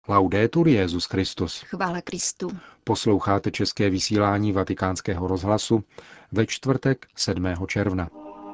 Laudetur Jesus Christus. Chvála Kristu. Posloucháte české vysílání Vatikánského rozhlasu ve čtvrtek 7. června.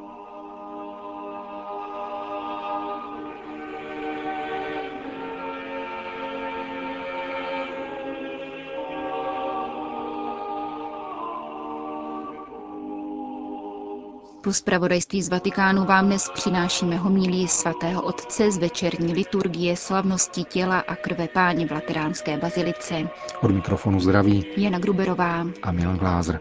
Po zpravodajství z Vatikánu vám dnes přinášíme homilii svatého otce z večerní liturgie slavnosti těla a krve Páně v Lateránské bazilice. Od mikrofonu zdraví Jana Gruberová a Milan Glázer.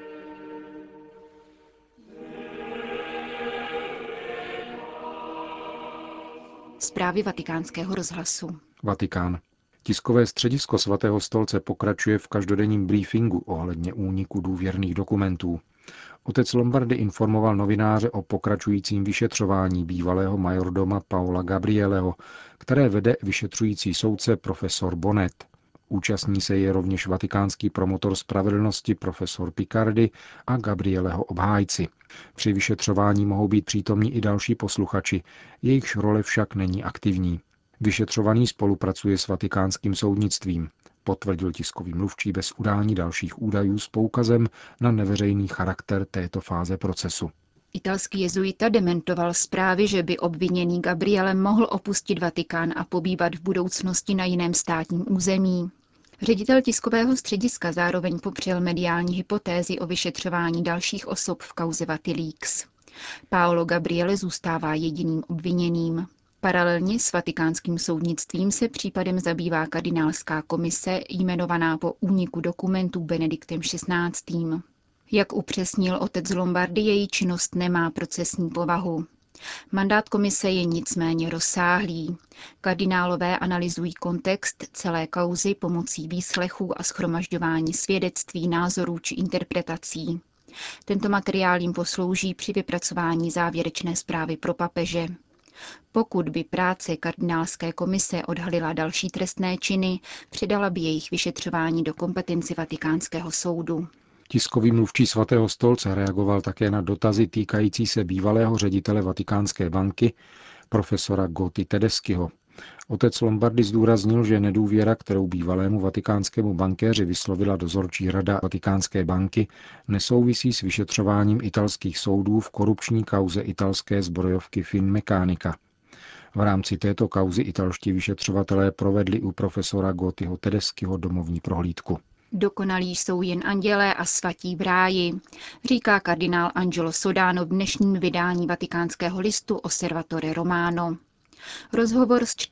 Zprávy Vatikánského rozhlasu. Vatikán. Tiskové středisko svatého stolce pokračuje v každodenním briefingu ohledně úniku důvěrných dokumentů. Otec Lombardy informoval novináře o pokračujícím vyšetřování bývalého majordoma Paola Gabrieleho, které vede vyšetřující soudce profesor Bonet. Účastní se je rovněž vatikánský promotor spravedlnosti profesor Picardi a Gabrieleho obhájci. Při vyšetřování mohou být přítomní i další posluchači, jejichž role však není aktivní. Vyšetřovaný spolupracuje s vatikánským soudnictvím, potvrdil tiskový mluvčí bez udání dalších údajů s poukazem na neveřejný charakter této fáze procesu. Italský jezuita dementoval zprávy, že by obviněný Gabriele mohl opustit Vatikán a pobývat v budoucnosti na jiném státním území. Ředitel tiskového střediska zároveň popřel mediální hypotézy o vyšetřování dalších osob v kauze Vatileaks. Paolo Gabriele zůstává jediným obviněným. Paralelně s vatikánským soudnictvím se případem zabývá kardinálská komise jmenovaná po úniku dokumentů Benediktem XVI. Jak upřesnil otec Lombardy, její činnost nemá procesní povahu. Mandát komise je nicméně rozsáhlý. Kardinálové analyzují kontext celé kauzy pomocí výslechů a shromažďování svědectví, názorů či interpretací. Tento materiál jim poslouží při vypracování závěrečné zprávy pro papeže. Pokud by práce kardinálské komise odhalila další trestné činy, předala by jejich vyšetřování do kompetenci Vatikánského soudu. Tiskový mluvčí svatého stolce reagoval také na dotazy týkající se bývalého ředitele Vatikánské banky, profesora Gotti Tedeschiho. Otec Lombardy zdůraznil, že nedůvěra, kterou bývalému vatikánskému bankéři vyslovila dozorčí rada Vatikánské banky, nesouvisí s vyšetřováním italských soudů v korupční kauze italské zbrojovky Finmeccanica. V rámci této kauzy italští vyšetřovatelé provedli u profesora Gottiho Tedeschiho domovní prohlídku. Dokonalí jsou jen andělé a svatí v ráji, říká kardinál Angelo Sodano v dnešním vydání vatikánského listu Osservatore Romano. Rozhovor s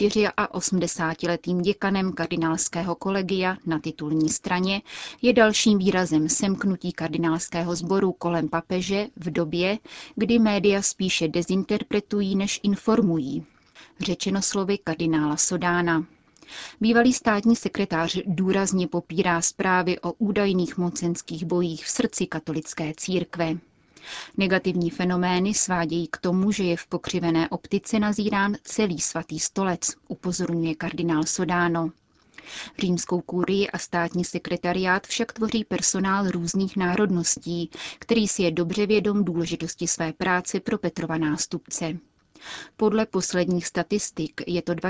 84letým děkanem kardinálského kolegia na titulní straně je dalším výrazem semknutí kardinálského sboru kolem papeže v době, kdy média spíše dezinterpretují, než informují. Řečeno slovy kardinála Sodána. Bývalý státní sekretář důrazně popírá zprávy o údajných mocenských bojích v srdci katolické církve. Negativní fenomény svádějí k tomu, že je v pokřivené optice nazírán celý svatý stolec, upozorňuje kardinál Sodano. Římskou kurii a státní sekretariát však tvoří personál různých národností, který si je dobře vědom důležitosti své práce pro Petrova nástupce. Podle posledních statistik je to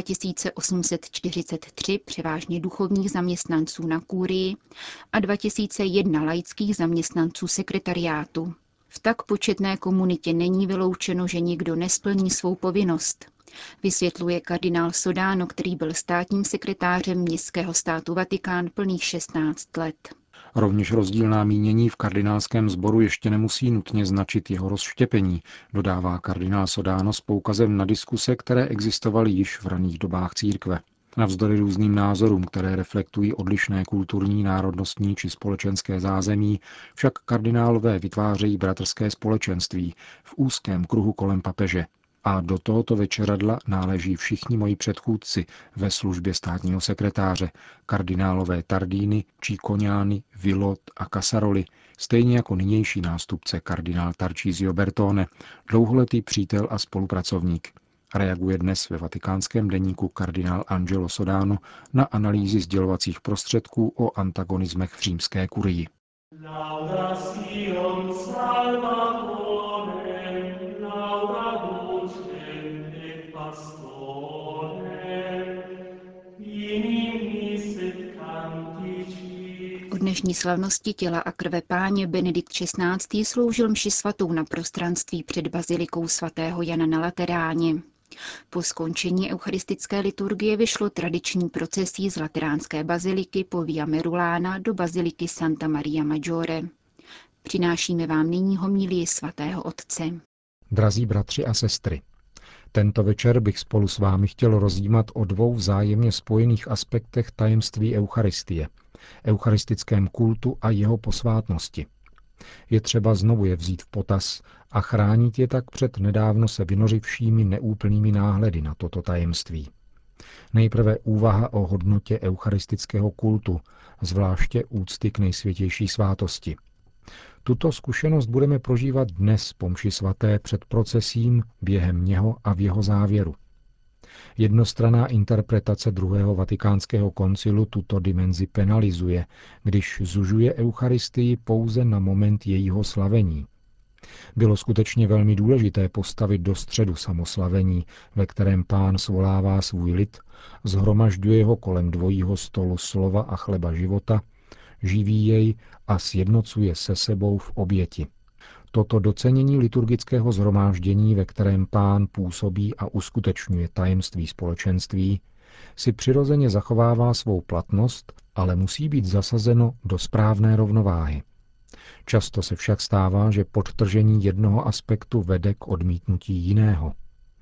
2843 převážně duchovních zaměstnanců na kurii a 2001 laických zaměstnanců sekretariátu. V tak početné komunitě není vyloučeno, že někdo nesplní svou povinnost, vysvětluje kardinál Sodano, který byl státním sekretářem městského státu Vatikán plných 16 let. Rovněž rozdílná mínění v kardinálském sboru ještě nemusí nutně značit jeho rozštěpení, dodává kardinál Sodano s poukazem na diskuse, které existovaly již v raných dobách církve. Navzdory různým názorům, které reflektují odlišné kulturní, národnostní či společenské zázemí, však kardinálové vytvářejí bratrské společenství v úzkém kruhu kolem papeže. A do tohoto večeradla náleží všichni moji předchůdci ve službě státního sekretáře, kardinálové Tardini, Cicognani, Villot a Casaroli, stejně jako nynější nástupce kardinál Tarcisio Bertone, dlouholetý přítel a spolupracovník. Reaguje dnes ve vatikánském deníku kardinál Angelo Sodano na analýzy sdělovacích prostředků o antagonismech v římské kurii. In dnešní slavnosti těla a krve Páně Benedikt XVI. Sloužil mši svatou na prostranství před bazilikou svatého Jana na Lateráně. Po skončení eucharistické liturgie vyšlo tradiční procesí z lateránské baziliky po Via Merulana do baziliky Santa Maria Maggiore. Přinášíme vám nyní homílii svatého otce. Drazí bratři a sestry, tento večer bych spolu s vámi chtěl rozjímat o dvou vzájemně spojených aspektech tajemství Eucharistie, eucharistickém kultu a jeho posvátnosti. Je třeba znovu je vzít v potaz a chránit je tak před nedávno se vynořivšími neúplnými náhledy na toto tajemství. Nejprve úvaha o hodnotě eucharistického kultu, zvláště úcty k nejsvětější svátosti. Tuto zkušenost budeme prožívat dnes po mši svaté před procesím, během něho a v jeho závěru. Jednostranná interpretace druhého vatikánského koncilu tuto dimenzi penalizuje, když zužuje Eucharistii pouze na moment jejího slavení. Bylo skutečně velmi důležité postavit do středu samoslavení, ve kterém Pán svolává svůj lid, shromažďuje ho kolem dvojího stolu slova a chleba života, živí jej a sjednocuje se sebou v oběti. Toto docenění liturgického shromáždění, ve kterém Pán působí a uskutečňuje tajemství společenství, si přirozeně zachovává svou platnost, ale musí být zasazeno do správné rovnováhy. Často se však stává, že podtržení jednoho aspektu vede k odmítnutí jiného.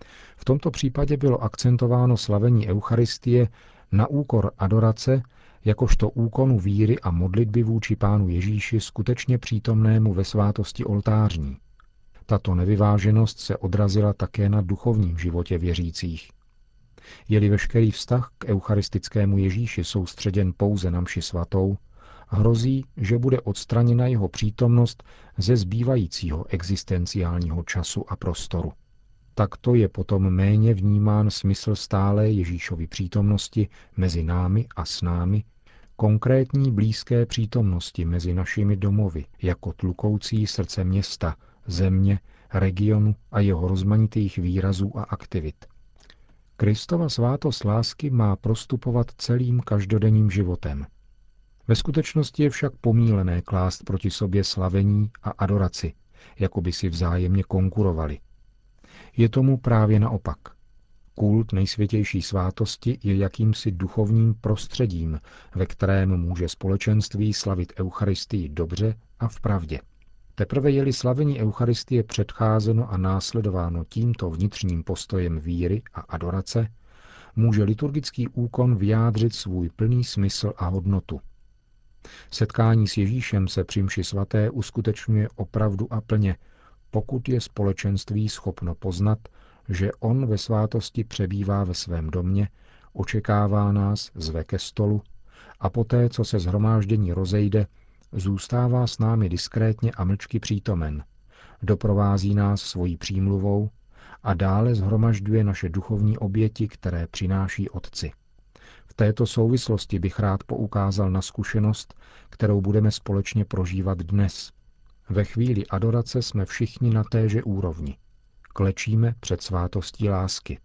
V tomto případě bylo akcentováno slavení Eucharistie na úkor adorace, jakožto úkonu víry a modlitby vůči Pánu Ježíši skutečně přítomnému ve svátosti oltářní. Tato nevyváženost se odrazila také na duchovním životě věřících. Je-li veškerý vztah k eucharistickému Ježíši soustředěn pouze na mši svatou, hrozí, že bude odstraněna jeho přítomnost ze zbývajícího existenciálního času a prostoru. Takto je potom méně vnímán smysl stálé Ježíšovy přítomnosti mezi námi a s námi, konkrétní blízké přítomnosti mezi našimi domovy jako tlukoucí srdce města, země, regionu a jeho rozmanitých výrazů a aktivit. Kristova svátost lásky má prostupovat celým každodenním životem. Ve skutečnosti je však pomílené klást proti sobě slavení a adoraci, jako by si vzájemně konkurovali. Je tomu právě naopak. Kult nejsvětější svátosti je jakýmsi duchovním prostředím, ve kterém může společenství slavit Eucharistii dobře a v pravdě. Teprve je-li slavení Eucharistie předcházeno a následováno tímto vnitřním postojem víry a adorace, může liturgický úkon vyjádřit svůj plný smysl a hodnotu. Setkání s Ježíšem se při mši svaté uskutečňuje opravdu a plně, pokud je společenství schopno poznat, že on ve svátosti přebývá ve svém domě, očekává nás, zve ke stolu a poté, co se shromáždění rozejde, zůstává s námi diskrétně a mlčky přítomen, doprovází nás svojí přímluvou a dále shromažďuje naše duchovní oběti, které přináší Otci. V této souvislosti bych rád poukázal na zkušenost, kterou budeme společně prožívat dnes. Ve chvíli adorace jsme všichni na téže úrovni. Klečíme před svátostí lásky.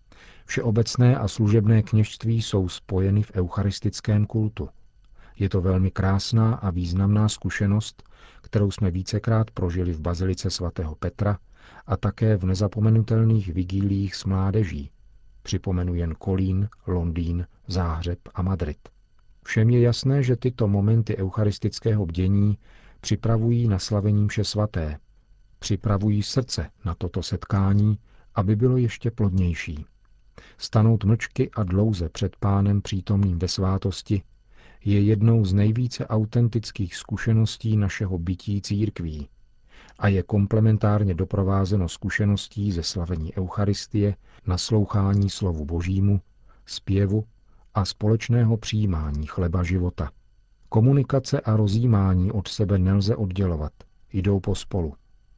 Všeobecné a služebné kněžství jsou spojeny v eucharistickém kultu. Je to velmi krásná a významná zkušenost, kterou jsme vícekrát prožili v bazilice svatého Petra a také v nezapomenutelných vigíliích s mládeží. Připomenu jen Kolín, Londýn, Záhřeb a Madrid. Všem je jasné, že tyto momenty eucharistického bdění připravují na slavení mše svaté. Připravují srdce na toto setkání, aby bylo ještě plodnější. Stanout mlčky a dlouze před Pánem přítomným ve svátosti je jednou z nejvíce autentických zkušeností našeho bytí církví a je komplementárně doprovázeno zkušeností ze slavení Eucharistie, naslouchání slovu Božímu, zpěvu a společného přijímání chleba života. Komunikace a rozjímání od sebe nelze oddělovat, jdou pospolu.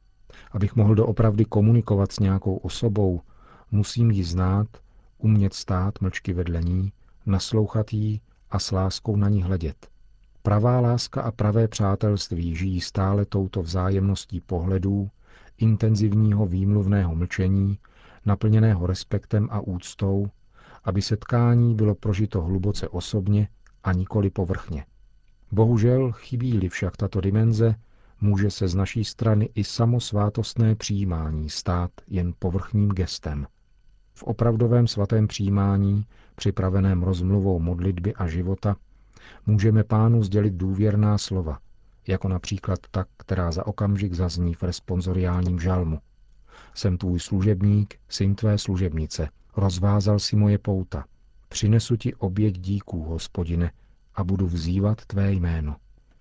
Abych mohl doopravdy komunikovat s nějakou osobou, musím ji znát, umět stát mlčky vedle ní, naslouchat jí a s láskou na ní hledět. Pravá láska a pravé přátelství žijí stále touto vzájemností pohledů, intenzivního výmluvného mlčení, naplněného respektem a úctou, aby setkání bylo prožito hluboce osobně a nikoli povrchně. Bohužel, chybí-li však tato dimenze, může se z naší strany i samosvátostné přijímání stát jen povrchním gestem. V opravdovém svatém přijímání, připraveném rozmluvou modlitby a života, můžeme Pánu sdělit důvěrná slova, jako například ta, která za okamžik zazní v responsoriálním žalmu. Jsem tvůj služebník, syn tvé služebnice, rozvázal si moje pouta, přinesu ti oběť díků, Hospodine, a budu vzývat tvé jméno.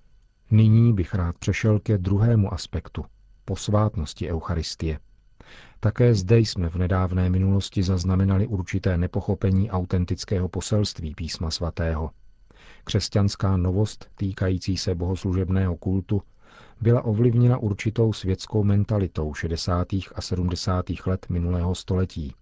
Nyní bych rád přešel ke druhému aspektu, posvátnosti Eucharistie. Také zde jsme v nedávné minulosti zaznamenali určité nepochopení autentického poselství Písma svatého. Křesťanská novost týkající se bohoslužebného kultu byla ovlivněna určitou světskou mentalitou 60. a 70. let minulého století.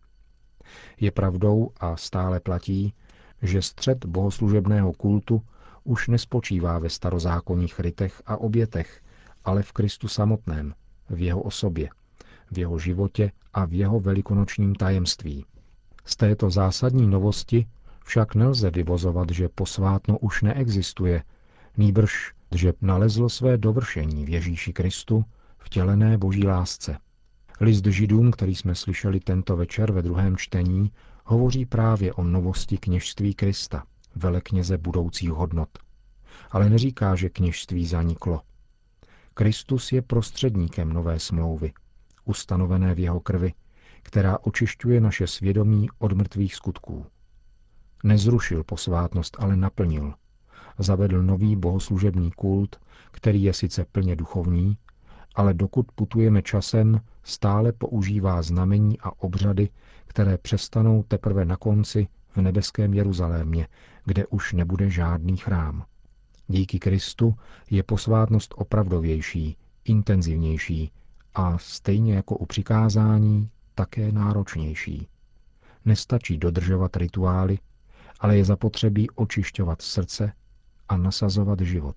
Je pravdou a stále platí, že střed bohoslužebného kultu už nespočívá ve starozákonních rytech a obětech, ale v Kristu samotném, v jeho osobě, v jeho životě a v jeho velikonočním tajemství. Z této zásadní novosti však nelze vyvozovat, že posvátno už neexistuje, nýbrž, že nalezlo své dovršení v Ježíši Kristu, vtělené boží lásce. List Židům, který jsme slyšeli tento večer ve druhém čtení, hovoří právě o novosti kněžství Krista, velekněze budoucích hodnot. Ale neříká, že kněžství zaniklo. Kristus je prostředníkem nové smlouvy, ustanovené v jeho krvi, která očišťuje naše svědomí od mrtvých skutků. Nezrušil posvátnost, ale naplnil. Zavedl nový bohoslužební kult, který je sice plně duchovní, ale dokud putujeme časem, stále používá znamení a obřady, které přestanou teprve na konci v nebeském Jeruzalémě, kde už nebude žádný chrám. Díky Kristu je posvátnost opravdovější, intenzivnější a stejně jako u přikázání také náročnější. Nestačí dodržovat rituály, ale je zapotřebí očišťovat srdce a nasazovat život.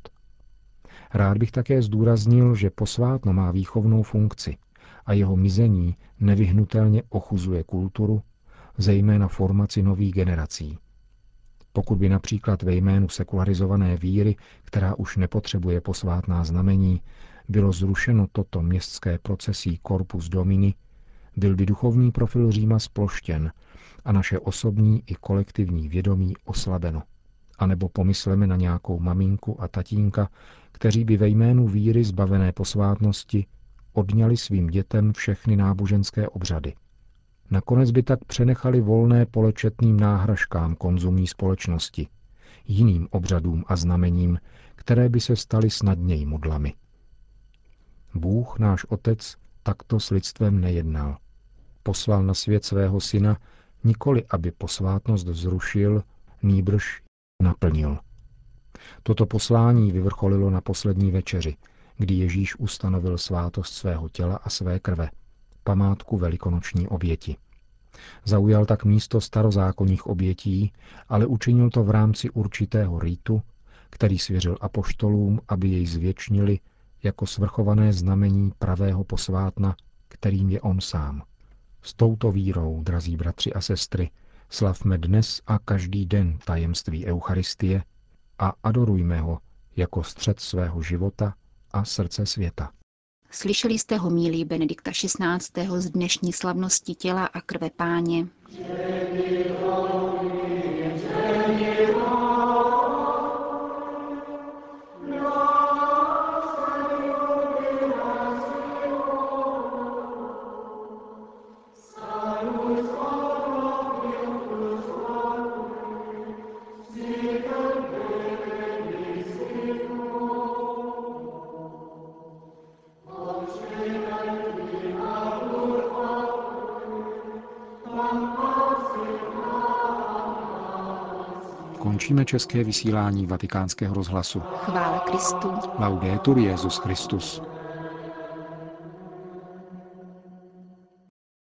Rád bych také zdůraznil, že posvátno má výchovnou funkci a jeho mizení nevyhnutelně ochuzuje kulturu, zejména formaci nových generací. Pokud by například ve jménu sekularizované víry, která už nepotřebuje posvátná znamení, bylo zrušeno toto městské procesí Corpus Domini, byl by duchovní profil Říma sploštěn a naše osobní i kolektivní vědomí oslabeno. A nebo pomysleme na nějakou maminku a tatínka, kteří by ve jménu víry zbavené posvátnosti odňali svým dětem všechny náboženské obřady. Nakonec by tak přenechali volné pole četným náhražkám konzumní společnosti, jiným obřadům a znamením, které by se staly snadněji modlami. Bůh, náš Otec, takto s lidstvem nejednal. Poslal na svět svého syna nikoli, aby posvátnost zrušil, nýbrž naplnil. Toto poslání vyvrcholilo na poslední večeři, kdy Ježíš ustanovil svátost svého těla a své krve, památku velikonoční oběti. Zaujal tak místo starozákonních obětí, ale učinil to v rámci určitého ritu, který svěřil apoštolům, aby jej zvěčnili jako svrchované znamení pravého posvátna, kterým je on sám. S touto vírou, drazí bratři a sestry, slavme dnes a každý den tajemství Eucharistie a adorujme ho jako střed svého života a srdce světa. Slyšeli jste homílii Benedikta XVI. Z dnešní slavnosti těla a krve Páně. Končíme české vysílání Vatikánského rozhlasu. Chvála Kristu. Laudetur Jesus Christus.